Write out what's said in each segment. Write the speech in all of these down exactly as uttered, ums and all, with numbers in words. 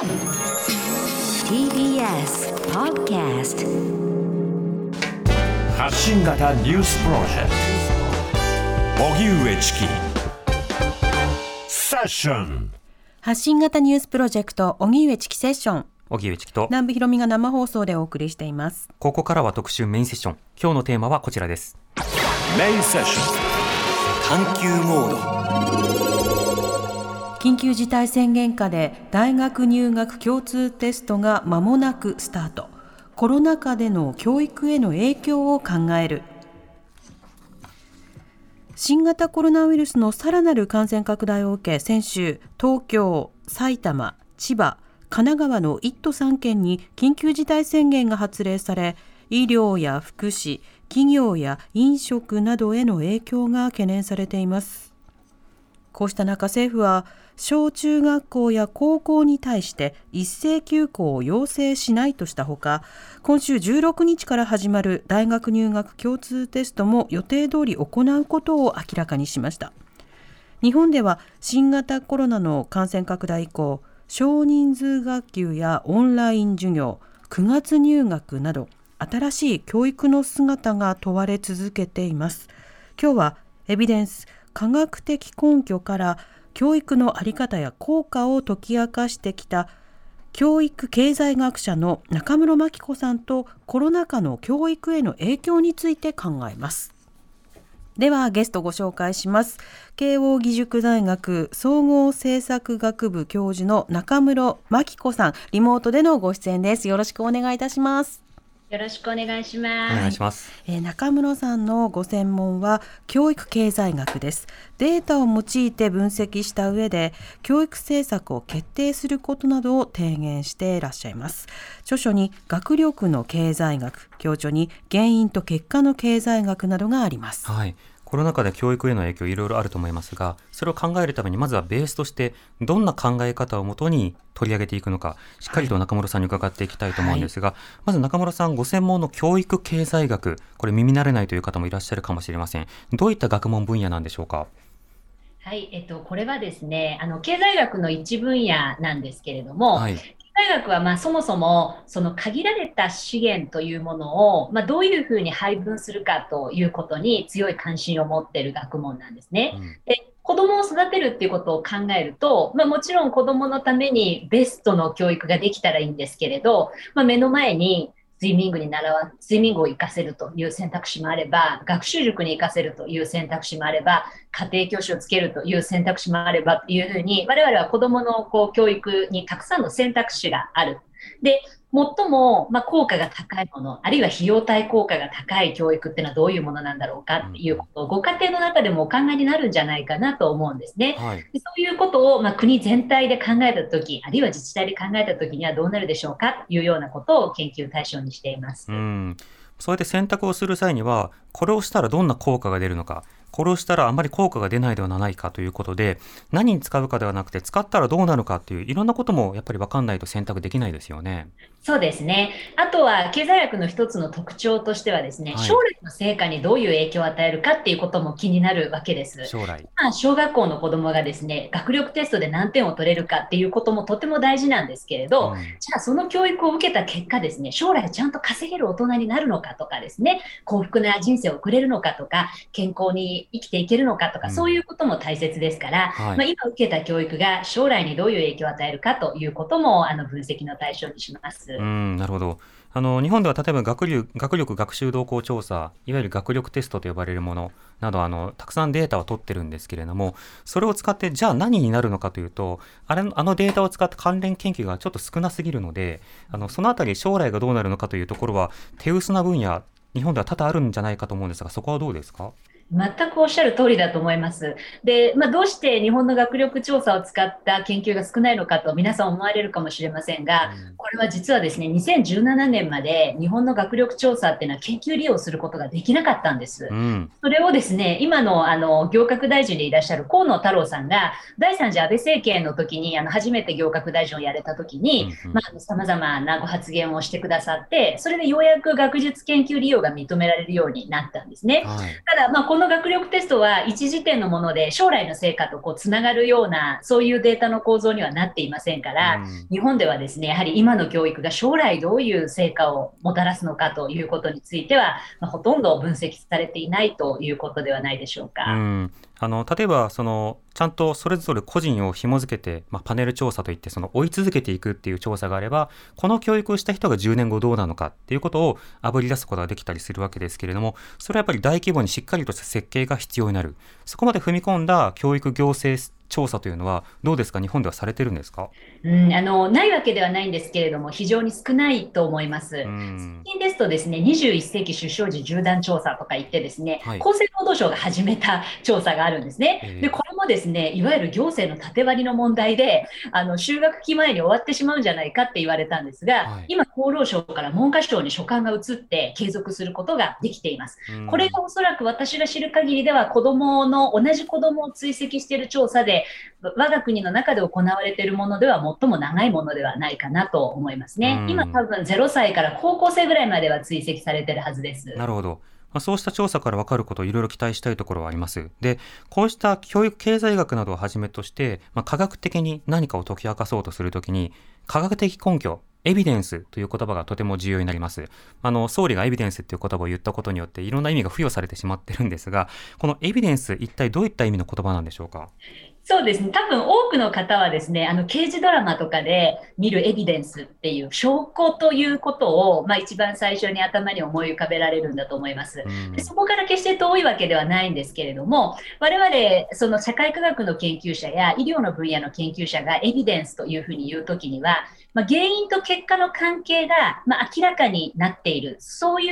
ティービーエス Podcast 発信型ニュースプロジェクト荻上チキセッション。 発信型ニュースプロジェクト荻上チキセッション。 荻上チキと南部ひろみが生放送でお送りしています。 ここからは特集メインセッション。今日のテーマはこちらです。 メインセッション探求モード。 緊急事態宣言下で大学入学共通テストが間もなくスタート。コロナ禍での教育への影響を考える。新型コロナウイルスのさらなる感染拡大を受け、先週東京、埼玉、千葉、神奈川のいっ都さん県に緊急事態宣言が発令され、医療や福祉、企業や飲食などへの影響が懸念されています。こうした中、政府は小中学校や高校に対して一斉休校を要請しないとしたほか、今週じゅうろくにちから始まる大学入学共通テストも予定通り行うことを明らかにしました。日本では新型コロナの感染拡大以降、少人数学級やオンライン授業、くがつ入学など新しい教育の姿が問われ続けています。今日はエビデンス、科学的根拠から教育の在り方や効果を解き明かしてきた教育経済学者の中室真紀子さんとコロナ禍の教育への影響について考えます。ではゲストご紹介します。慶應義塾大学総合政策学部教授の中室真紀子さん、リモートでのご出演です。よろしくお願いいたします。 よろしくお願いします。 お願いします。 えー、中室さんのご専門は教育経済学です。データを用いて分析した上で教育政策を決定することなどを提言していらっしゃいます。著書に学力の経済学、教著に原因と結果の経済学などがあります。 はい。コロナ禍で教育への影響いろいろあると思いますが、それを考えるためにまずはベースとしてどんな考え方をもとに取り上げていくのか、しっかりと中室さんに伺っていきたいと思うんですが、はい、まず中室さんご専門の教育経済学、これ耳慣れないという方もいらっしゃるかもしれません。どういった学問分野なんでしょうか？ はい、えっと、これはですね、あの経済学の一分野なんですけれども、はい、経済学はまあそもそもその限られた資源というものを、まあ、どういうふうに配分するかということに強い関心を持っている学問なんですね。うん、で子供を育てるっていうことを考えると、まあ、もちろん子供のためにベストの教育ができたらいいんですけれど、まあ、目の前にスイミングに習わ、スイミングを活かせるという選択肢もあれば、学習塾に活かせるという選択肢もあれば、家庭教師をつけるという選択肢もあればというふうに、我々は子どものこう教育にたくさんの選択肢がある。で、最も、まあ、効果が高いもの、あるいは費用対効果が高い教育っていうのはどういうものなんだろうかっていうことを、ご家庭の中でもお考えになるんじゃないかなと思うんですね。はい、でそういうことを、まあ、国全体で考えたとき、あるいは自治体で考えたときにはどうなるでしょうかというようなことを研究対象にしています。 うん、そうやって選択をする際には、これをしたらどんな効果が出るのか、これをしたらあまり効果が出ないではないかということで、何に使うかではなくて使ったらどうなるかっていういろんなこともやっぱり分かんないと選択できないですよね。 そうですね。あとは経済学の一つの特徴としてはですね、はい、将来の成果にどういう影響を与えるかっていうことも気になるわけです。 将来。 まあ、小学校の子供がですね、学力テストで何点を取れるかっていうこともとても大事なんですけれど、うん、じゃあその教育を受けた結果ですね、将来ちゃんと稼げる大人になるのかとかですね、幸福な人生を送れるのかとか、健康に生きていけるのかとか、うん、そういうことも大切ですから、はい、まあ、今受けた教育が将来にどういう影響を与えるかということもあの分析の対象にします。 うん、なるほど。あの日本では例えば学力、学力学習動向調査、いわゆる学力テストと呼ばれるものなど、あのたくさんデータを取ってるんですけれども、それを使ってじゃあ何になるのかというと、あれあのデータを使った関連研究がちょっと少なすぎるので、あのそのあたり将来がどうなるのかというところは手薄な分野、日本では多々あるんじゃないかと思うんですが、そこはどうですか？ 全くおっしゃる通りだと思います。で、まあ、どうして日本の学力調査を使った研究が少ないのかと皆さん思われるかもしれませんが、うん、これは実はですね、にせんじゅうななねんまで日本の学力調査っていうのは研究利用することができなかったんです。うん、それをですね、今のあの行革大臣でいらっしゃる河野太郎さんがだいさん次安倍政権の時にあの初めて行革大臣をやれた時に、うんうん、まあ、様々なご発言をしてくださって、それでようやく学術研究利用が認められるようになったんですね。はい、ただ、まあ、このの学力テストは一時点のもので将来の成果とこうつながるようなそういうデータの構造にはなっていませんから、うん、日本ではですねやはり今の教育が将来どういう成果をもたらすのかということについては、まあ、ほとんど分析されていないということではないでしょうか。 うん、あの例えばそのちゃんとそれぞれ個人を紐付けて、まあ、パネル調査といってその追い続けていくっていう調査があればこの教育をした人がじゅうねんごどうなのかっていうことをあぶり出すことができたりするわけですけれども、それはやっぱり大規模にしっかりとした設計が必要になる。そこまで踏み込んだ教育行政調査というのはどうですか、日本ではされてるんですか？ うん、あのないわけではないんですけれども非常に少ないと思います。最近ですとですねにじゅういっ世紀出生時縦断調査とか言ってですね、はい、厚生労働省が始めた調査があるんですね。でこれもですねいわゆる行政の縦割りの問題であの就学期前に終わってしまうんじゃないかって言われたんですが、はい、今厚労省から文科省に所管が移って継続することができています。これがおそらく私が知る限りでは子どもの同じ子どもを追跡している調査で我が国の中で行われているものでは最も長いものではないかなと思いますね。今多分ゼロさいから高校生ぐらいまでは追跡されているはずです。 なるほど。まあ、そうした調査から分かることをいろいろ期待したいところはあります。で、こうした教育経済学などをはじめとして、まあ、科学的に何かを解き明かそうとするときに科学的根拠、エビデンスという言葉がとても重要になります。あの総理がエビデンスという言葉を言ったことによっていろんな意味が付与されてしまってるんですが、このエビデンス一体どういった意味の言葉なんでしょうか？ そうですね。多分多くの方はですね、あの刑事ドラマとかで見るエビデンスっていう証拠ということを、まあ、一番最初に頭に思い浮かべられるんだと思います。でそこから決して遠いわけではないんですけれども、我々その社会科学の研究者や医療の分野の研究者がエビデンスというふうに言うときには、まあ、原因と結果の関係が、まあ、明らかになっている、そういう、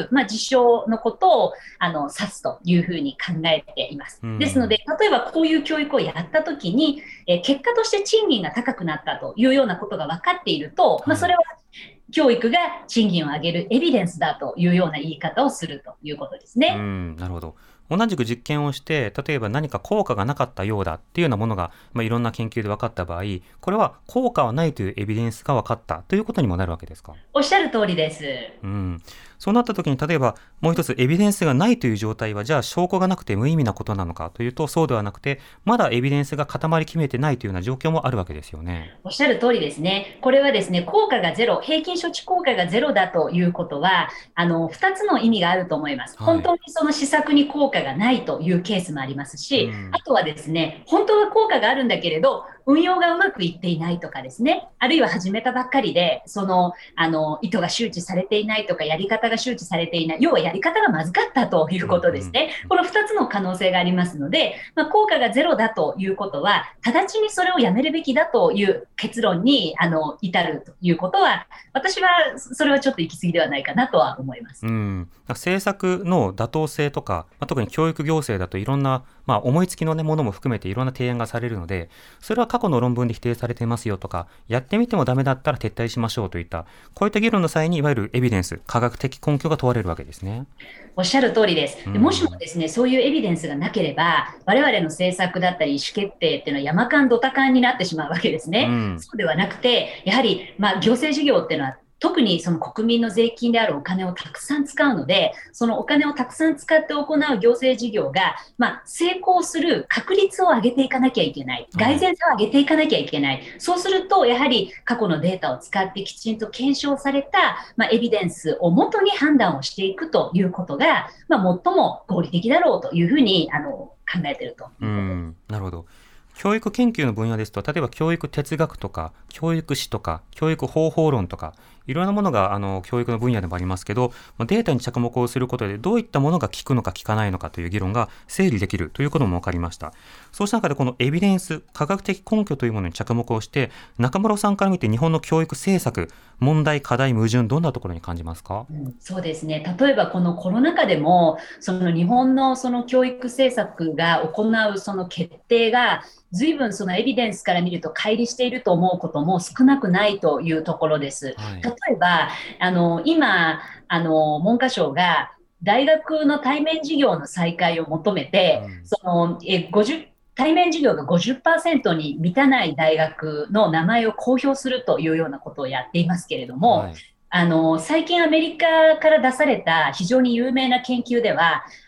まあ、事象のことをあの指すというふうに考えています。ですので、例えばこういう教育をやったときに、えー、結果として賃金が高くなったというようなことが分かっていると、まあ、それは教育が賃金を上げるエビデンスだというような言い方をするということですね。 うん、なるほど。同じく実験をして例えば何か効果がなかったようだっていうようなものが、まあ、いろんな研究で分かった場合、これは効果はないというエビデンスが分かったということにもなるわけですか？ おっしゃる通りです。 うん、そうなった時に例えばもう一つエビデンスがないという状態はじゃあ証拠がなくて無意味なことなのかというとそうではなくて、まだエビデンスが固まりきめてないというような状況もあるわけですよね。 おっしゃる通りですね。これはですね効果がゼロ、平均処置効果がゼロだということはあのふたつの意味があると思います。本当にその施策に効果がないというケースもありますし、うん、あとはですね本当は効果があるんだけれど運用がうまくいっていないとかですね、あるいは始めたばっかりでそのあの意図が周知されていないとかやり方が周知されていない、要はやり方がまずかったということですね。うんうん、このふたつの可能性がありますので、まあ、効果がゼロだということは直ちにそれをやめるべきだという結論にあの至るということは、私はそれはちょっと行き過ぎではないかなとは思います。 うん、政策の妥当性とか、まあ、特に教育行政だといろんな、まあ、思いつきの、ね、ものも含めていろんな提案がされるので、それは過去の論文で否定されていますよとか、やってみてもダメだったら撤退しましょうといったこういった議論の際にいわゆるエビデンス、科学的根拠が問われるわけですね。 おっしゃる通りです。でもしもですね、そういうエビデンスがなければ我々の政策だったり意思決定っていうのは山間ドタカンになってしまうわけですね。うん、そうではなくてやはり、まあ、行政事業っていうのは特にその国民の税金であるお金をたくさん使うので、そのお金をたくさん使って行う行政事業が、まあ、成功する確率を上げていかなきゃいけない。蓋然さを上げていかなきゃいけない。そうすると、やはり過去のデータを使ってきちんと検証された、まあ、エビデンスをもとに判断をしていくということが、まあ、最も合理的だろうというふうにあの考えているということです。うん、 なるほど。教育研究の分野ですと、例えば教育哲学とか教育史とか教育方法論とかいろんなものがあの教育の分野でもありますけど、データに着目をすることでどういったものが効くのか効かないのかという議論が整理できるということも分かりました。そうした中でこのエビデンス、科学的根拠というものに着目をして、中村さんから見て日本の教育政策、問題、課題、矛盾、どんなところに感じますか？ うん、そうですね。例えばこのコロナ禍でもその日本のその教育政策が行うその決定が随分そのエビデンスから見ると乖離していると思うことも少なくないというところです。はい、例えばあの今あの文科省が大学の対面授業の再開を求めて、うん、そのえごじゅう対面授業が ごじゅっパーセント に満たない大学の名前を公表するというようなことをやっていますけれども、はい、あの最近アメリカから出された非常に有名な研究では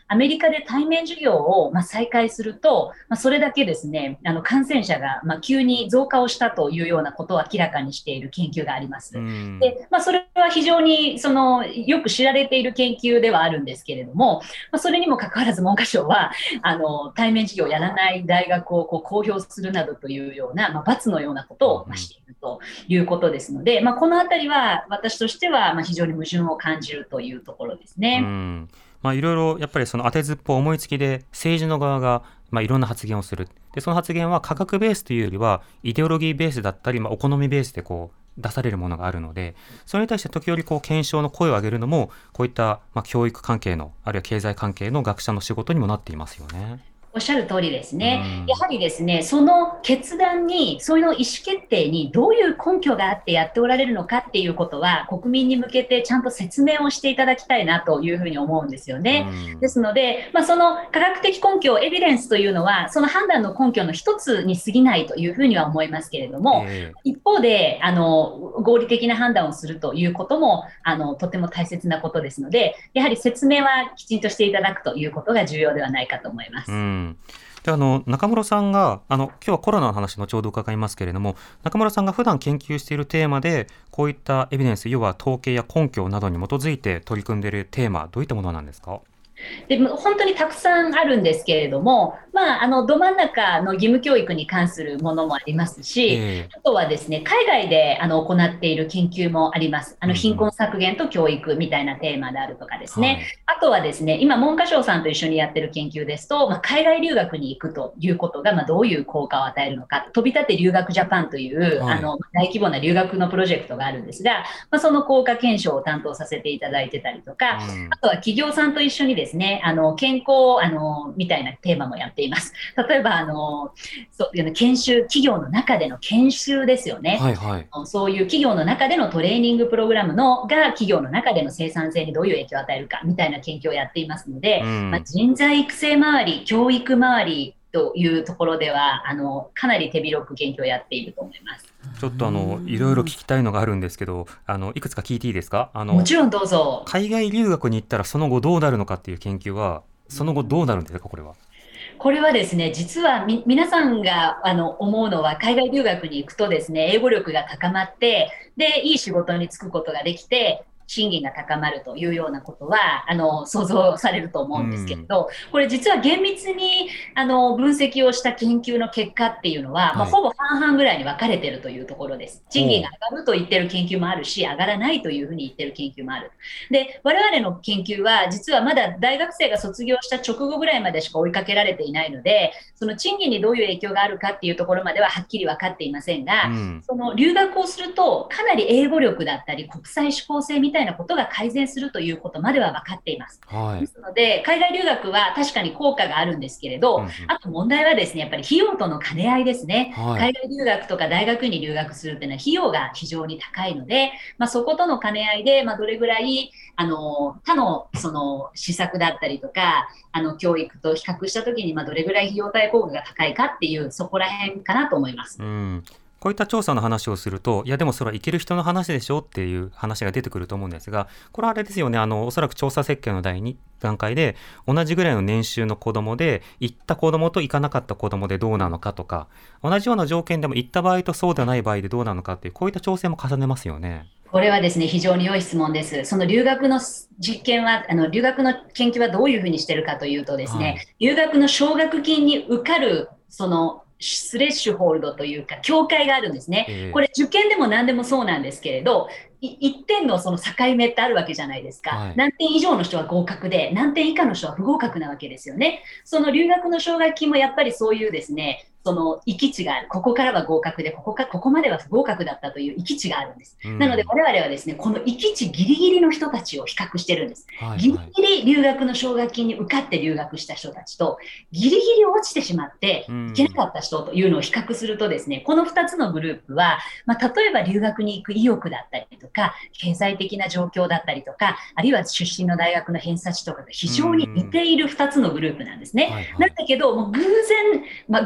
アメリカで対面授業を、まあ、再開すると、まあ、それだけですね、あの感染者が、まあ、急に増加をしたというようなことを明らかにしている研究があります。で、まあ、それは非常にそのよく知られている研究ではあるんですけれども、まあ、それにもかかわらず文科省はあの対面授業をやらない大学をこう公表するなどというような、まあ、罰のようなことを、まあ、しているということですので、まあ、このあたりは私としては、まあ、非常に矛盾を感じるというところですね。 うん、まあ、いろいろやっぱりその当てずっぽう思いつきで政治の側がまあいろんな発言をする。でその発言は科学ベースというよりはイデオロギーベースだったり、まあ、お好みベースでこう出されるものがあるので、それに対して時折こう検証の声を上げるのもこういったまあ教育関係のあるいは経済関係の学者の仕事にもなっていますよね。 おっしゃる通りですね。やはりですね、その決断に、そういうの意思決定にどういう根拠があってやっておられるのかっていうことは、国民に向けてちゃんと説明をしていただきたいなというふうに思うんですよね。ですので、まあ、その科学的根拠、エビデンスというのは、その判断の根拠の一つに過ぎないというふうには思いますけれども、えー、一方で、あの、合理的な判断をするということも、あの、とても大切なことですので、やはり説明はきちんとしていただくということが重要ではないかと思います。 うんであの中室さんがあの今日はコロナの話のちょうど伺いますけれども、中室さんが普段研究しているテーマでこういったエビデンス、要は統計や根拠などに基づいて取り組んでいるテーマ、どういったものなんですか？ で本当にたくさんあるんですけれども、まあ、あのど真ん中の義務教育に関するものもありますし、えー、あとはですね、海外であの行っている研究もあります。あの貧困削減と教育みたいなテーマであるとかですね、はい、あとはですね、今文科省さんと一緒にやってる研究ですと、まあ、海外留学に行くということが、まあ、どういう効果を与えるのか、飛び立て留学ジャパンという、はい、あの大規模な留学のプロジェクトがあるんですが、まあ、その効果検証を担当させていただいてたりとか、うん、あとは企業さんと一緒にですね、あの健康あのみたいなテーマもやっています。例えばあのそう研修、企業の中での研修ですよね、はいはい、そういう企業の中でのトレーニングプログラムのが企業の中での生産性にどういう影響を与えるかみたいな研究をやっていますので、うんまあ、人材育成周り、教育周りというところではあのかなり手広く研究をやっていると思います。 ちょっとあのいろいろ聞きたいのがあるんですけど、あのいくつか聞いていいですか？あのもちろんどうぞ。 海外留学に行ったらその後どうなるのかっていう研究はその後どうなるんですか？これはこれはですね、実はみ皆さんがあの思うのは、海外留学に行くとですね、英語力が高まってでいい仕事に就くことができて賃金が高まるというようなことはあの想像されると思うんですけれど、これ実は厳密にあの分析をした研究の結果っていうのは、はいまあ、ほぼ半々ぐらいに分かれているというところです。賃金が上がると言ってる研究もあるし、上がらないというふうに言ってる研究もある。で、我々の研究は実はまだ大学生が卒業した直後ぐらいまでしか追いかけられていないので、その賃金にどういう影響があるかっていうところまでははっきり分かっていませんが、うん、その留学をするとかなり英語力だったり国際指向性みたいなことが改善するということまでは分かっています。はい、ですので海外留学は確かに効果があるんですけれど、うんうん、あと問題はですね、やっぱり費用との兼ね合いですね。はい、海外留学とか大学に留学するというのは費用が非常に高いので、まあ、そことの兼ね合いで、まあ、どれぐらいあの他のその施策だったりとかあの教育と比較したときに、まあ、どれぐらい費用対効果が高いかっていう、そこら辺かなと思います。 うんこういった調査の話をすると、いやでもそれはいける人の話でしょっていう話が出てくると思うんですが、これはあれですよね、あのおそらく調査設計の第二段階で同じぐらいの年収の子供で行った子供と行かなかった子供でどうなのかとか、同じような条件でも行った場合とそうでない場合でどうなのかっていう、こういった調整も重ねますよね。 これはですね、非常に良い質問です。その留学の実験は、あの留学の研究はどういうふうにしてるかというとですね、はい、留学の奨学金に受かるそのスレッシュホールドというか境界があるんですね、えー、これ受験でも何でもそうなんですけれど、いってんのその境目ってあるわけじゃないですか、はい、何点以上の人は合格で何点以下の人は不合格なわけですよね。その留学の奨学金もやっぱりそういうですね、その域値がある。ここからは合格で、ここか、ここまでは不合格だったという域値があるんです。うん、なので我々はですね、この域値ギリギリの人たちを比較してるんです。はいはい、ギリギリ留学の奨学金に受かって留学した人たちと、ギリギリ落ちてしまっていけなかった人というのを比較するとですね、このふたつのグループは、まあ、例えば留学に行く意欲だったりとか、経済的な状況だったりとか、あるいは出身の大学の偏差値とかが非常に似ているふたつのグループなんですね。はいはい、なんだけど、もう偶然、まあ、ぐほぼ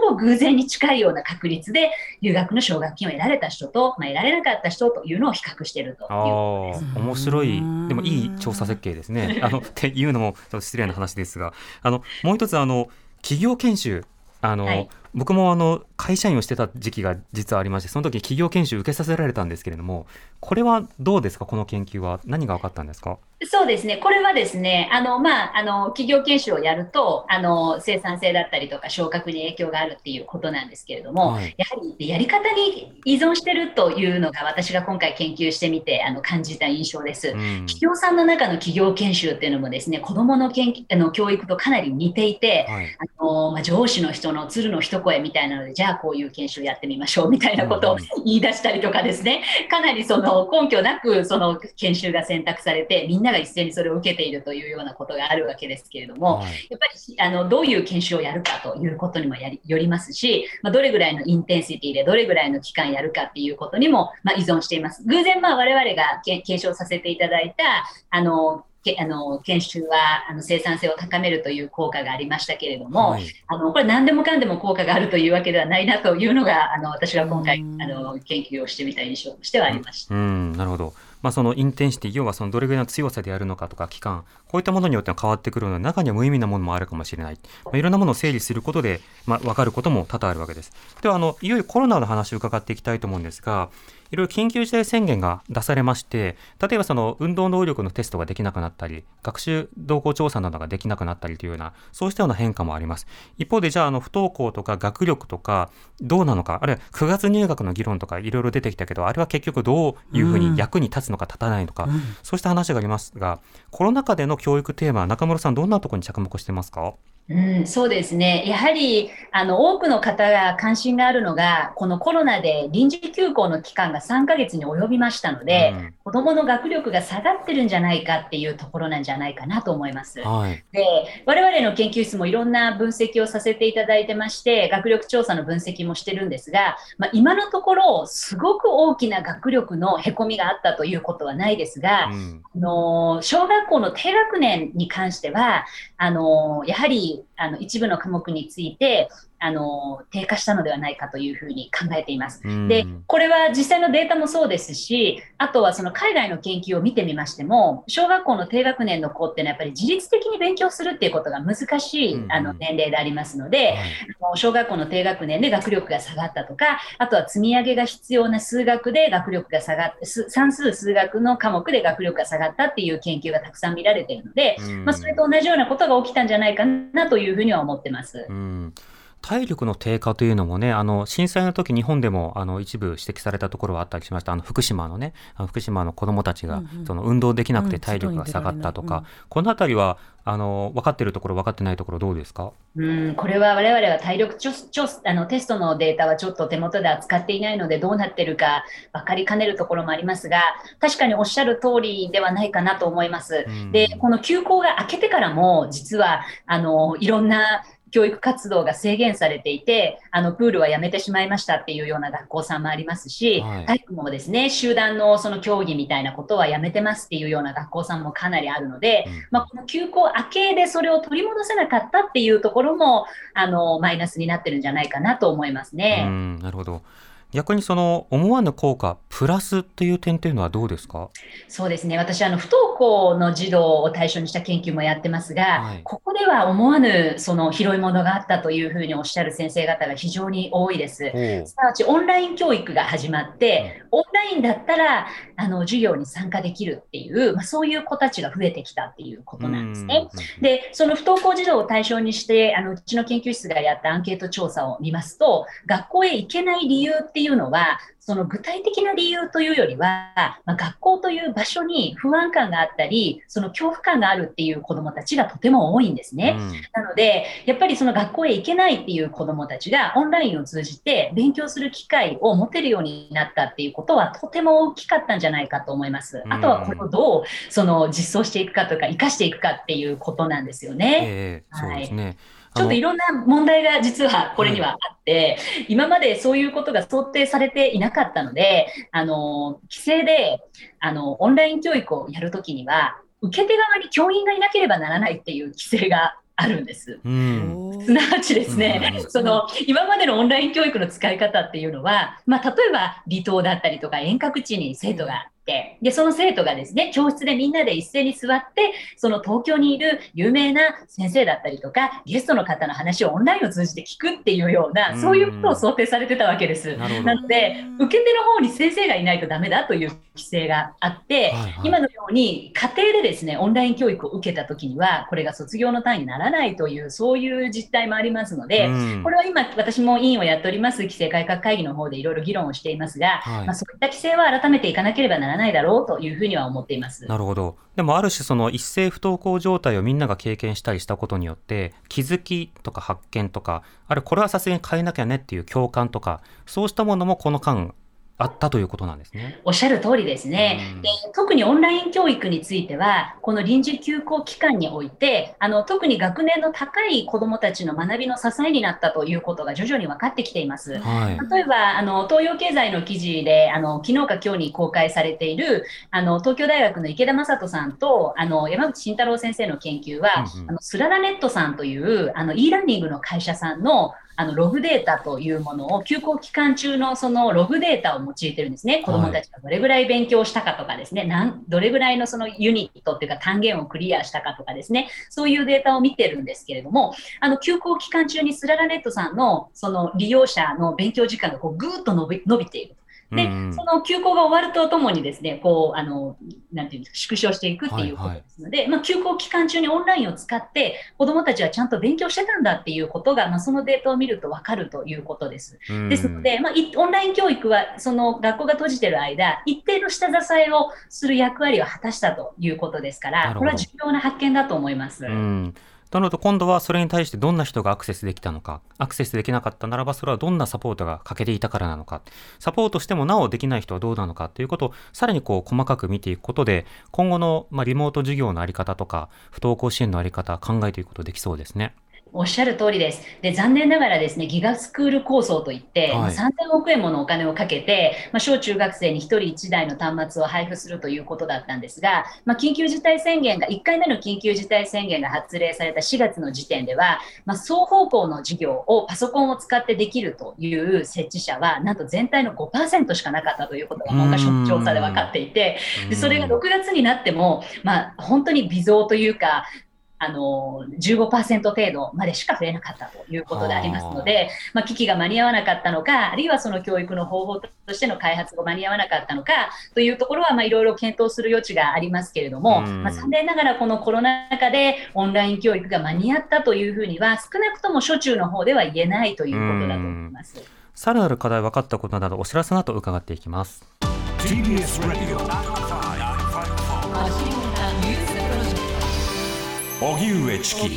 ぼ偶然に近いような確率で留学の奨学金を得られた人と、まあ、得られなかった人というのを比較しているということです。 面白い、でもいい調査設計ですね。あのっていうのもちょっと失礼な話ですが、あのもう一つあの企業研修、あの、はい、僕もあの会社員をしてた時期が実はありまして、その時企業研修受けさせられたんですけれども、これはどうですか？この研究は何が分かったんですか？ そうですね。これはですね、あの、まあ、あの、企業研修をやると、あの、生産性だったりとか、昇格に影響があるっていうことなんですけれども、はい、やはりやり方に依存してるというのが、私が今回研究してみて、あの、感じた印象です。うん、企業さんの中の企業研修っていうのもですね、子供の研あの教育とかなり似ていて、はい、あの、まあ、上司の人の鶴の一声みたいなので、じゃあこういう研修やってみましょうみたいなことを言い出したりとかですね、かなりその根拠なく、その研修が選択されて、みんなが一斉にそれを受けているというようなことがあるわけですけれども、はい、やっぱりあのどういう研修をやるかということにもやりよりますし、まあ、どれぐらいのインテンシティでどれぐらいの期間やるかっていうことにも、まあ、依存しています。偶然、まあ、我々が検証させていただいたあのあの研修はあの生産性を高めるという効果がありましたけれども、はい、あのこれ何でもかんでも効果があるというわけではないなというのが、あの私が今回あの研究をしてみた印象としてはありました。 うん、うん、なるほど。まあ、そのインテンシティ、要はそのどれぐらいの強さでやるのかとか期間、こういったものによっては変わってくるので、中には無意味なものもあるかもしれない、まあ、いろんなものを整理することで、まあ、分かることも多々あるわけです。ではあのいよいよコロナの話を伺っていきたいと思うんですが、いろいろ緊急事態宣言が出されまして、例えばその運動能力のテストができなくなったり、学習動向調査などができなくなったりというような、そうしたような変化もあります。一方でじゃあ、あの不登校とか学力とかどうなのか、あるいはくがつ入学の議論とかいろいろ出てきたけど、あれは結局どういうふうに役に立つのか立たないのか、うん、そうした話がありますが、コロナ禍での教育テーマ、中村さんどんなところに着目してますか？ うん、そうですね。やはり、あの、多くの方が関心があるのが、このコロナで臨時休校の期間がさんかげつに及びましたので、うん、子どもの学力が下がってるんじゃないかっていうところなんじゃないかなと思います。はい、で、我々の研究室もいろんな分析をさせていただいてまして、学力調査の分析もしてるんですが、まあ、今のところ、すごく大きな学力のへこみがあったということはないですが、うん、あの、小学校の低学年に関しては、あの、やはり、あの一部の科目についてあの低下したのではないかというふうに考えています。で、これは実際のデータもそうですし、あとはその海外の研究を見てみましても、小学校の低学年の子っていうのはやっぱり自律的に勉強するっていうことが難しいあの年齢でありますので、はい、小学校の低学年で学力が下がったとか、あとは積み上げが必要な数学で学力が下がって、算数数学の科目で学力が下がったっていう研究がたくさん見られているので、まあ、それと同じようなことが起きたんじゃないかなというふうには思ってます。 うん、体力の低下というのもね、あの震災の時日本でもあの一部指摘されたところはあったりしました。あの福島のね、あの福島の子どもたちが、うんうん、その運動できなくて体力が下がったとか、うん、このあたりはあの分かっているところ分かってないところどうですか？ うん、これは我々は体力ちょちょあのテストのデータはちょっと手元で扱っていないのでどうなっているか分かりかねるところもありますが、確かにおっしゃる通りではないかなと思います。うん、で、この休校が明けてからも実はあのいろんな教育活動が制限されていて、あのプールはやめてしまいましたっていうような学校さんもありますし、はい、体育もですね、集団のその競技みたいなことはやめてますっていうような学校さんもかなりあるので、うん、まあ、この休校明けでそれを取り戻せなかったっていうところもあのマイナスになってるんじゃないかなと思いますね。 うん、なるほど。逆にその思わぬ効果プラスという点というのはどうですか？ そうですね、私あの不登校の児童を対象にした研究もやってますが、はい、ここでは思わぬその拾い物があったというふうにおっしゃる先生方が非常に多いです。すなわちオンライン教育が始まって、オンラインだったらあの授業に参加できるっていう、まあ、そういう子たちが増えてきたっていうことなんですね。で、その不登校児童を対象にしてあのうちの研究室がやったアンケート調査を見ますと、学校へ行けない理由っていうのはその具体的な理由というよりは、まあ、学校という場所に不安感があったり、その恐怖感があるっていう子どもたちがとても多いんですね。うん、なので、やっぱりその学校へ行けないっていう子どもたちがオンラインを通じて勉強する機会を持てるようになったっていうことはとても大きかったんじゃないかと思います。あとはこれをどうその実装していくかとか、活かしていくかっていうことなんですよね。 えー、そうですね。はい、 ちょっといろんな問題が実はこれにはあって、うん、今までそういうことが想定されていなかったので、あの、規制で、あの、オンライン教育をやるときには、受け手側に教員がいなければならないっていう規制があるんです。 うん、 すなわちですね、 うん、 その今までのオンライン教育の使い方っていうのは、まあ、例えば離島だったりとか遠隔地に生徒がで、その生徒がですね、教室でみんなで一斉に座って、その東京にいる有名な先生だったりとか、ゲストの方の話をオンラインを通じて聞くっていうような、そういうことを想定されてたわけです。なので、受け手の方に先生がいないとダメだという規制があって、はいはい、今のように家庭でですね、オンライン教育を受けたときには、これが卒業の単位にならないという、そういう実態もありますので、これは今、私も委員をやっております、規制改革会議の方でいろいろ議論をしていますが、はい、まあ、そういった規制は改めていかなければならないないだろうというふうには思っています。 なるほど。でもある種その一斉不登校状態をみんなが経験したりしたことによって気づきとか発見とか、あるいはこれはさすがに変えなきゃねっていう共感とか、そうしたものもこの間あったということなんですね。 おっしゃる通りですね。で、特にオンライン教育については、この臨時休校期間において、あの特に学年の高い子どもたちの学びの支えになったということが徐々に分かってきています。はい、例えばあの東洋経済の記事であの昨日か今日に公開されているあの東京大学の池田正人さんとあの山口慎太郎先生の研究は、うんうん、あのスララネットさんというあの e ラーニングの会社さんのあのログデータというものを休校期間中のそのログデータを用いてるんですね。子どもたちがどれぐらい勉強したかとかですね、なんどれぐらいのそのユニットっていうか単元をクリアしたかとかですね、そういうデータを見てるんですけれども、あの休校期間中にスララネットさんのその利用者の勉強時間がこうぐーっと伸び、伸びている。で、うん、その休校が終わるとともにですね、こう、あの、なんていうんですか、縮小していくっていうことですので、はいはい、まあ、休校期間中にオンラインを使って、子どもたちはちゃんと勉強してたんだっていうことが、まあ、そのデータを見るとわかるということです。うん、ですので、まあ、オンライン教育は、その学校が閉じている間、一定の下支えをする役割を果たしたということですから、これは重要な発見だと思います。うん、 となると今度はそれに対してどんな人がアクセスできたのか、アクセスできなかったならばそれはどんなサポートが欠けていたからなのか、サポートしてもなおできない人はどうなのかということをさらにこう細かく見ていくことで、今後のまあリモート授業のあり方とか不登校支援のあり方考えていくことできそうですね。 おっしゃる通りです。で、残念ながらですね、ギガスクール構想といって、はい、さんぜんおくえんものお金をかけて、まあ、小中学生にひとりいちだいの端末を配布するということだったんですが、まあ、緊急事態宣言が、いっかいめの緊急事態宣言が発令されたしがつの時点では、まあ、双方向の授業をパソコンを使ってできるという設置者は、なんと全体の ごパーセント しかなかったということが文科省の調査で分かっていて、でそれがろくがつになっても、まあ、本当に微増というか、あの じゅうごパーセント 程度までしか増えなかったということでありますので、まあ、機器が間に合わなかったのか、あるいはその教育の方法としての開発が間に合わなかったのかというところは、まあいろいろ検討する余地がありますけれども、まあ、残念ながらこのコロナ禍でオンライン教育が間に合ったというふうには少なくとも初中の方では言えないということだと思います。 さらなる課題分かったことなどお知らせの後伺っていきます。 ティービーエス ラジオ荻上チキ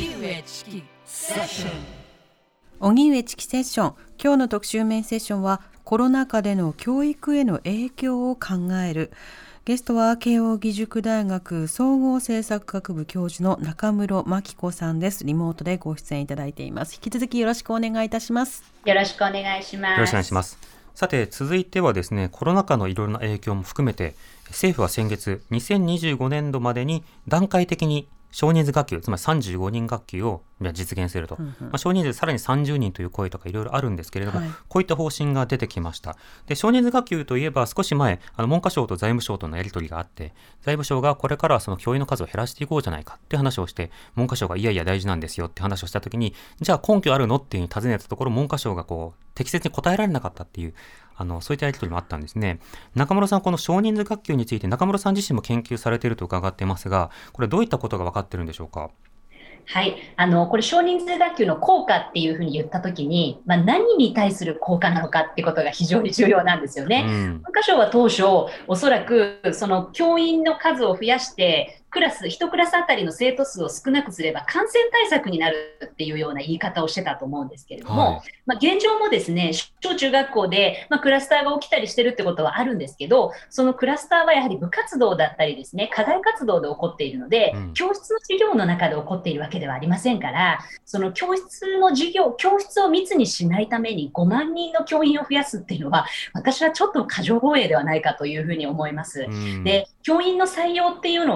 荻上チキセッション。今日の特集メインセッションはコロナ禍での教育への影響を考える。ゲストは慶應義塾大学総合政策学部教授の中室真紀子さんです。リモートでご出演いただいています。引き続きよろしくお願いいたします。 よろしくお願いします。 よろしくお願いします。さて続いてはですね、コロナ禍のいろいろな影響も含めて政府は先月にせんにじゅうごねんどまでに段階的に少人数学級、つまりさんじゅうごにん学級を実現すると、うんうんまあ、少人数さらにさんじゅうにんという声とかいろいろあるんですけれども、はい、こういった方針が出てきました。で、少人数学級といえば少し前あの文科省と財務省とのやり取りがあって、財務省がこれからはその教員の数を減らしていこうじゃないかって話をして、文科省がいやいや大事なんですよって話をしたときに、じゃあ根拠あるのっていうふうに尋ねたところ、文科省がこう適切に答えられなかったっていうあのそういったやり取りもあったんですね。中室さん、この少人数学級について中室さん自身も研究されていると伺っていますが、これどういったことが分かっているんでしょうか。 はい。あの、これ少人数学級の効果っていうふうに言ったときに、まあ、何に対する効果なのかってことが非常に重要なんですよね。うん、文科省は当初、おそらくその教員の数を増やして、クラス、一クラスあたりの生徒数を少なくすれば感染対策になるっていうような言い方をしてたと思うんですけれども、はい、まあ、現状もですね、小中学校で、まあ、クラスターが起きたりしてるってことはあるんですけど、そのクラスターはやはり部活動だったりですね、課外活動で起こっているので、うん、教室の授業の中で起こっているわけではありませんから、その教室の授業、教室を密にしないためにごまんにんの教員を増やすっていうのは、私はちょっと過剰防衛ではないかというふうに思います。うん、で、教員の採用っていうのは、やはり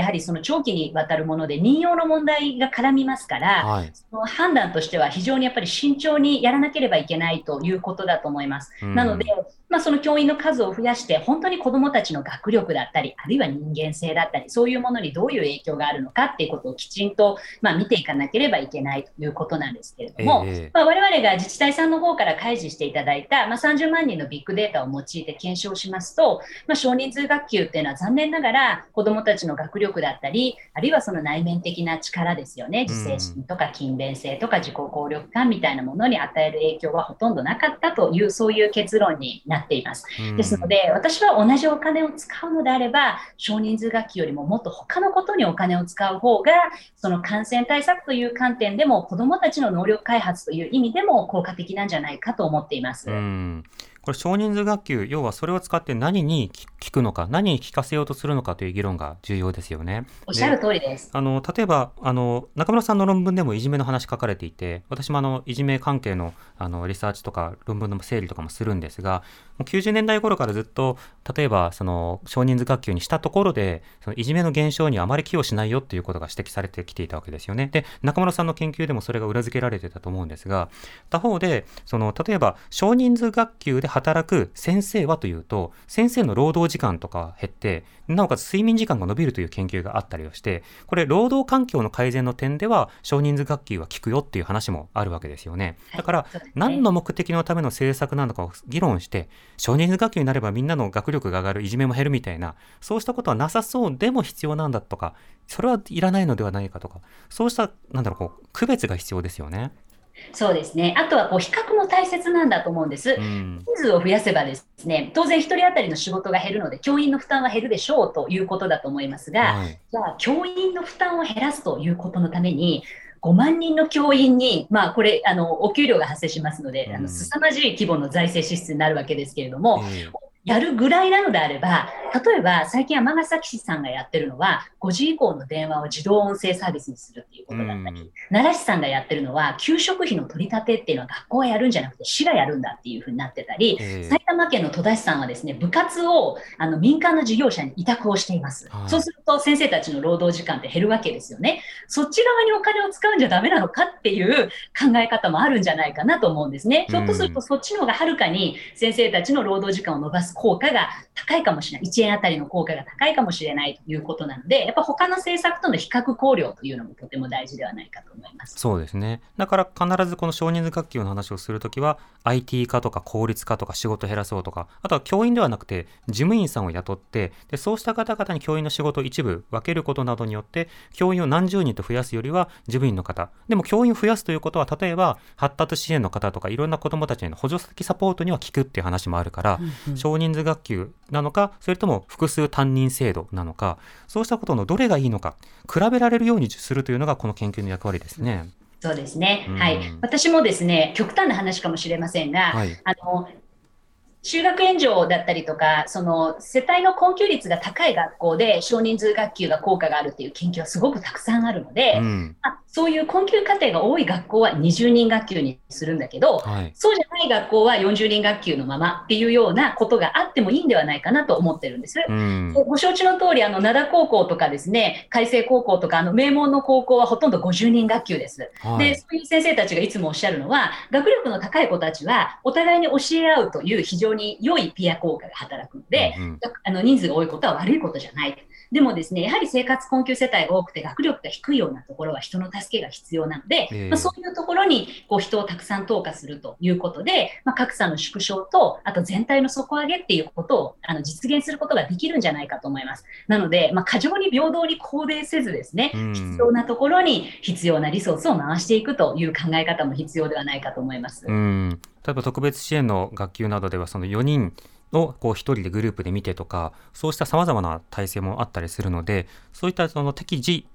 はりその長期にわたるもので任用の問題が絡みますから、はい、その判断としては非常にやっぱり慎重にやらなければいけないということだと思います。なので、まあ、その教員の数を増やして本当に子どもたちの学力だったり、あるいは人間性だったり、そういうものにどういう影響があるのかっていうことをきちんと、まあ、見ていかなければいけないということなんですけれども、えーまあ、我々が自治体さんの方から開示していただいた、まあ、さんじゅうまんにんのビッグデータを用いて検証しますと、まあ、少人数学級っていうのは残念ながら子どもたちの学力だったり、あるいはその内面的な力ですよね、自制心とか勤勉性とか自己効力感みたいなものに与える影響はほとんどなかったという、そういう結論になっています。ですので、私は同じお金を使うのであれば、少人数学級よりももっと他のことにお金を使う方が、その感染対策という観点でも子どもたちの能力開発という意味でも効果的なんじゃないかと思っています。 うんこれ少人数学級、要はそれを使って何に聞くのか、何に聞かせようとするのかという議論が重要ですよね。 おっしゃる通りです。 あの例えばあの中村さんの論文でもいじめの話書かれていて、私もあのいじめ関係 の, あのリサーチとか論文の整理とかもするんですが、もうきゅうじゅうねんだい頃からずっと例えばその少人数学級にしたところでそのいじめの減少にあまり寄与しないよということが指摘されてきていたわけですよね。で、中村さんの研究でもそれが裏付けられてたと思うんですが、他方でその例えば少人数学級で働く先生はというと、先生の労働時間とか減って、なおかつ睡眠時間が伸びるという研究があったりをして、これ労働環境の改善の点では少人数学級は効くよっていう話もあるわけですよね。だから何の目的のための政策なのかを議論して、少人数学級になればみんなの学力が上がる、いじめも減るみたいな、そうしたことはなさそうでも必要なんだとか、それはいらないのではないかとか、そうしたなんだろう、こう区別が必要ですよね。 そうですね。あとはこう比較も大切なんだと思うんです。うん、人数を増やせばですね、当然ひとり当たりの仕事が減るので教員の負担は減るでしょうということだと思いますが、はい、じゃあ教員の負担を減らすということのためにごまんにんの教員に、まあ、これあのお給料が発生しますので、うん、あの凄まじい規模の財政支出になるわけですけれども、えーやるぐらいなのであれば、例えば最近尼崎市さんがやってるのはごじ以降の電話を自動音声サービスにするっていうことだったり、奈良市さんがやってるのは給食費の取り立てっていうのは学校がやるんじゃなくて市がやるんだっていうふうになってたり、えー、埼玉県の戸田市さんはですね、部活をあの民間の事業者に委託をしています、はい、そうすると先生たちの労働時間って減るわけですよね。そっち側にお金を使うんじゃダメなのかっていう考え方もあるんじゃないかなと思うんですね。ひょっとするとそっちの方がはるかに先生たちの労働時間を伸ばす効果が高いかもしれない、いちえんあたりの効果が高いかもしれないということなので、やっぱ他の政策との比較考慮というのもとても大事ではないかと思います。 そうですね。だから必ずこの少人数学級の話をするときは アイティー 化とか効率化とか仕事減らそうとか、あとは教員ではなくて事務員さんを雇って、でそうした方々に教員の仕事を一部分けることなどによって教員を何十人と増やすよりは事務員の方でも、教員を増やすということは例えば発達支援の方とかいろんな子どもたちへの補助的サポートには効くっていう話もあるから、うんうん、少人数学級なのかそれとも複数担任制度なのか、そうしたことのどれがいいのか比べられるようにするというのがこの研究の役割ですね。 そうですね、うん、はい、私もですね、極端な話かもしれませんが、はい、あの就学援助だったりとか、その世帯の困窮率が高い学校で少人数学級が効果があるという研究はすごくたくさんあるので、うん、あそういう困窮家庭が多い学校はにじゅうにん学級にするんだけど、はい、そうじゃない学校はよんじゅうにん学級のままっていうようなことがあってもいいんではないかなと思ってるんです、うん、でご承知の通り、あの灘高校とかですね、開成高校とかあの名門の高校はほとんどごじゅうにん学級です、はい、でそういう先生たちがいつもおっしゃるのは、学力の高い子たちはお互いに教え合うという非常に良いピア効果が働くので、うんうん、あの人数が多いことは悪いことじゃない。でもですね、やはり生活困窮世帯が多くて学力が低いようなところは人の助けが必要なので、えーまあ、そういうところにこう人をたくさん投下するということで、まあ、格差の縮小とあと全体の底上げっていうことをあの実現することができるんじゃないかと思います。なので、まあ、過剰に平等に公平せずですね、必要なところに必要なリソースを回していくという考え方も必要ではないかと思います。 うん例えば特別支援の学級などではそのよにんをこう一人でグループで見てとか、そうしたさまざまな体制もあったりするので、そういったその適時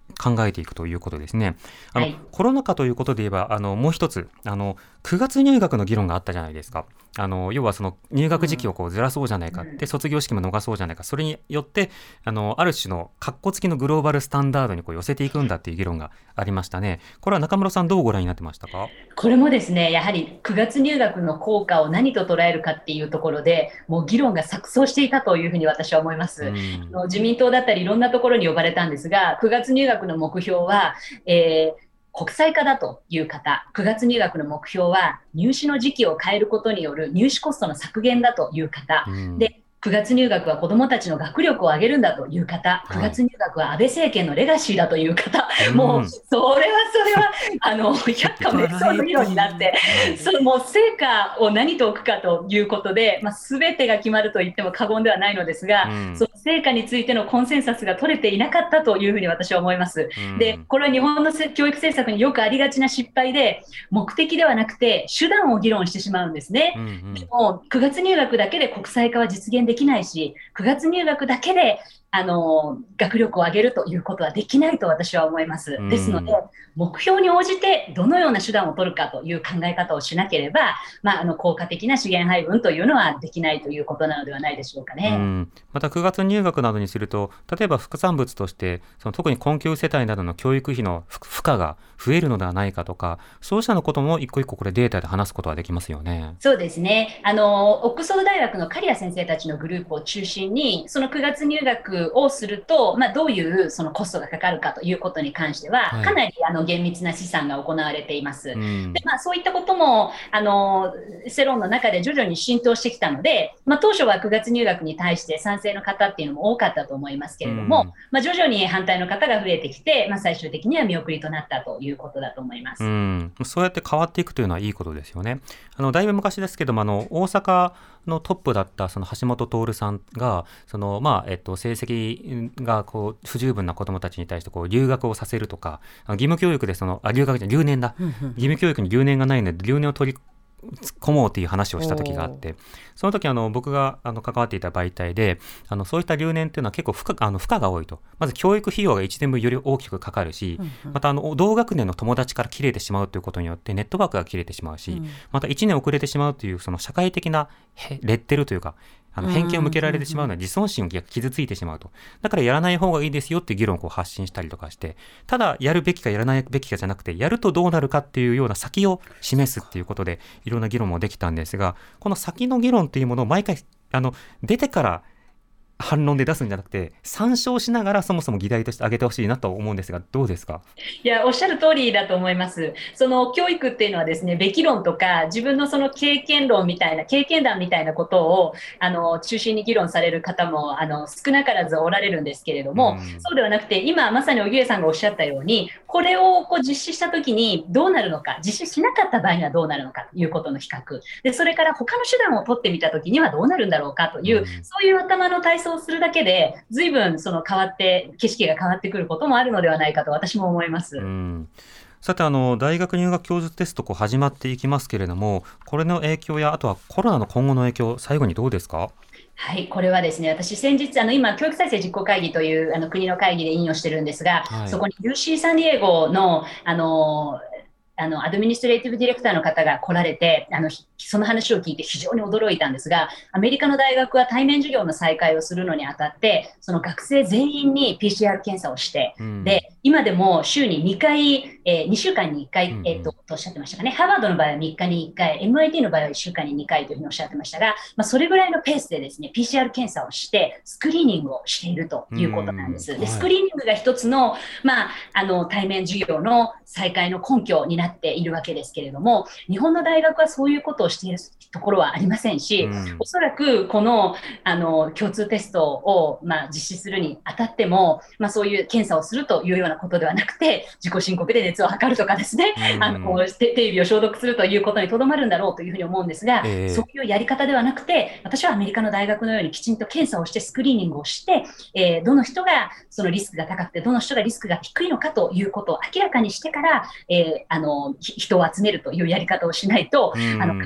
考えていくということですね。あの、 はい、 コロナ禍ということで言えばあのもう一つあのくがつ入学の議論があったじゃないですか。あの要はその入学時期をこうずらそうじゃないかって、うん、卒業式も逃そうじゃないか、それによってあのある種のカッコ付きのグローバルスタンダードにこう寄せていくんだっていう議論がありましたね。これは中室さんどうご覧になってましたか？ これもですね、やはりくがつ入学の効果を何と捉えるかっていうところでもう議論が錯綜していたというふうに私は思います。うん、の自民党だったりいろんなところに呼ばれたんですが、くがつ入学の目標は、えー国際化だという方、くがつ入学の目標は入試の時期を変えることによる入試コストの削減だという方、うん、でくがつ入学は子どもたちの学力を上げるんだという方、くがつ入学は安倍政権のレガシーだという方、はい、もうそれはそれはあの百花滅相の議論になって、そのもう成果を何と置くかということで、まあ、全てが決まると言っても過言ではないのですが、うん、その成果についてのコンセンサスが取れていなかったというふうに私は思います。うん、でこれは日本の教育政策によくありがちな失敗で、目的ではなくて手段を議論してしまうんですね。うんうん、でもくがつ入学だけで国際化は実現できないし、くがつ入学だけであの学力を上げるということはできないと私は思います。ですので目標に応じてどのような手段を取るかという考え方をしなければ、まあ、あの効果的な資源配分というのはできないということなのではないでしょうかね。うん、 またくがつ入学などにすると、例えば副産物としてその特に困窮世帯などの教育費の負荷が増えるのではないかとか、そうしたのことも一個一個これデータで話すことはできますよね。 そうですね。あのオックスフォード大学の刈谷先生たちのグループを中心にそのくがつ入学をすると、まあ、どういうそのコストがかかるかということに関しては、はい、かなりあの厳密な試算が行われています。うん、でまあ、そういったこともあの世論の中で徐々に浸透してきたので、まあ、当初はくがつ入学に対して賛成の方っていうのも多かったと思いますけれども、うん、まあ、徐々に反対の方が増えてきて、まあ、最終的には見送りとなったということだと思います。 うん、そうやって変わっていくというのはいいことですよね。あのだいぶ昔ですけども、あの大阪のトップだったその橋本徹さんがその、まあえっと、成績がこう不十分な子どもたちに対してこう留学をさせるとか、義務教育でそのあ留学じゃ留年だ、うんうん、義務教育に留年がないので留年を取り込もうという話をした時があって、その時あの僕があの関わっていた媒体であのそういった留年というのは結構負荷、あの負荷が多いと。まず教育費用がいちねんぶんより大きくかかるし、うんうん、またあの同学年の友達から切れてしまうということによってネットワークが切れてしまうし、うん、またいちねん遅れてしまうというその社会的なレッテルというかあの偏見を向けられてしまうのは自尊心が傷ついてしまうと。だからやらない方がいいですよっていう議論をこう発信したりとかして、ただやるべきかやらないべきかじゃなくて、やるとどうなるかっていうような先を示すっていうことでいろんな議論もできたんですが、この先の議論っていうものを毎回あの出てから反論で出すんじゃなくて参照しながらそもそも議題として挙げてほしいなと思うんですが、どうですか？ いや、おっしゃる通りだと思います。その教育っていうのはですね、べき論とか自分のその経験論みたいな経験談みたいなことをあの中心に議論される方もあの少なからずおられるんですけれども、うん、そうではなくて今まさに荻上さんがおっしゃったように、これをこう実施したときにどうなるのか、実施しなかった場合にはどうなるのかということの比較で、それから他の手段を取ってみたときにはどうなるんだろうかという、うん、そういう頭の体操をするだけで随分その変わって景色が変わってくることもあるのではないかと私も思います。うん、 さてあの大学入学共通テストこう始まっていきますけれども、これの影響やあとはコロナの今後の影響、最後にどうですか？ はい、これはですね、私先日あの今教育再生実行会議というあの国の会議で引用してるんですが、はい、そこに ユーシー サンディエゴのあのあのアドミニストレーティブディレクターの方が来られて、あのその話を聞いて非常に驚いたんですが、アメリカの大学は対面授業の再開をするのにあたってその学生全員に ピーシーアール 検査をして、うん、で今でも週ににかい、えー、にしゅうかんにいっかい、えー、ととおっしゃってましたかね。ハーバードの場合はみっかにいっかい、 エムアイティー の場合はいっしゅうかんににかいというふうにおっしゃってましたが、まあ、それぐらいのペースでですね ピーシーアール 検査をしてスクリーニングをしているということなんです。うん、でスクリーニングが一つの、まあ、あの対面授業の再開の根拠になっているわけですけれども、日本の大学はそういうことをしているところはありませんし、うん、おそらくこの、あの共通テストを、まあ、実施するにあたっても、まあ、そういう検査をするというようなことではなくて、自己申告で熱を測るとかですね、うん、あの手指を消毒するということにとどまるんだろうというふうに思うんですが、えー、そういうやり方ではなくて、私はアメリカの大学のようにきちんと検査をしてスクリーニングをして、えー、どの人がそのリスクが高くてどの人がリスクが低いのかということを明らかにしてから、えー、あの人を集めるというやり方をしないと、うん、あの感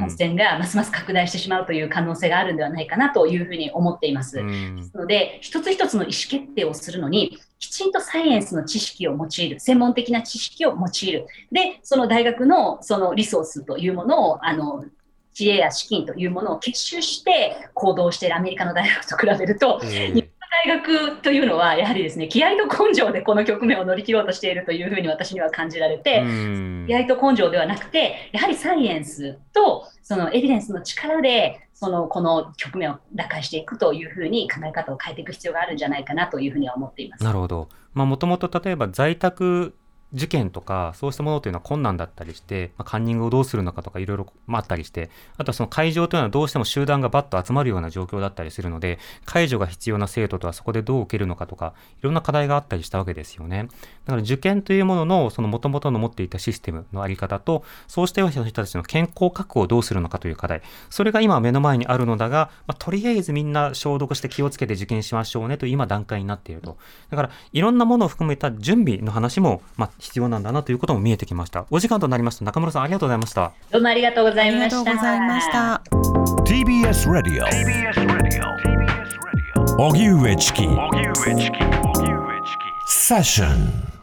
感染がますます拡大してしまうという可能性があるんではないかなというふうに思っています。うん、ですので、一つ一つの意思決定をするのに、きちんとサイエンスの知識を用いる、専門的な知識を用いる。で、その大学のそのリソースというものを、あの、知恵や資金というものを結集して行動しているアメリカの大学と比べると、えー、日本の大学というのはやはりですね、気合と根性でこの局面を乗り切ろうとしているというふうに私には感じられて、気合と根性ではなくて、やはりサイエンスとそのエビデンスの力でそのこの局面を打開していくというふうに考え方を変えていく必要があるんじゃないかなというふうには思っています。 なるほど。まあ、もともと例えば在宅事件とかそうしたものというのは困難だったりして、まあ、カンニングをどうするのかとかいろいろあったりして、あとはその会場というのはどうしても集団がバッと集まるような状況だったりするので、介助が必要な生徒とはそこでどう受けるのかとかいろんな課題があったりしたわけですよね。だから受験というもののその元々の持っていたシステムのあり方と、そうしたような人たちの健康確保をどうするのかという課題、それが今目の前にあるのだが、まあ、とりあえずみんな消毒して気をつけて受験しましょうねという今段階になっていると。だからいろんなものを含めた準備の話も、まあ、必要なんだなということも見えてきました。お時間となりました。中村さん、ありがとうございました。 どうもありがとうございました。 ありがとうございました。 ティービーエス Radio 荻上チキセッション。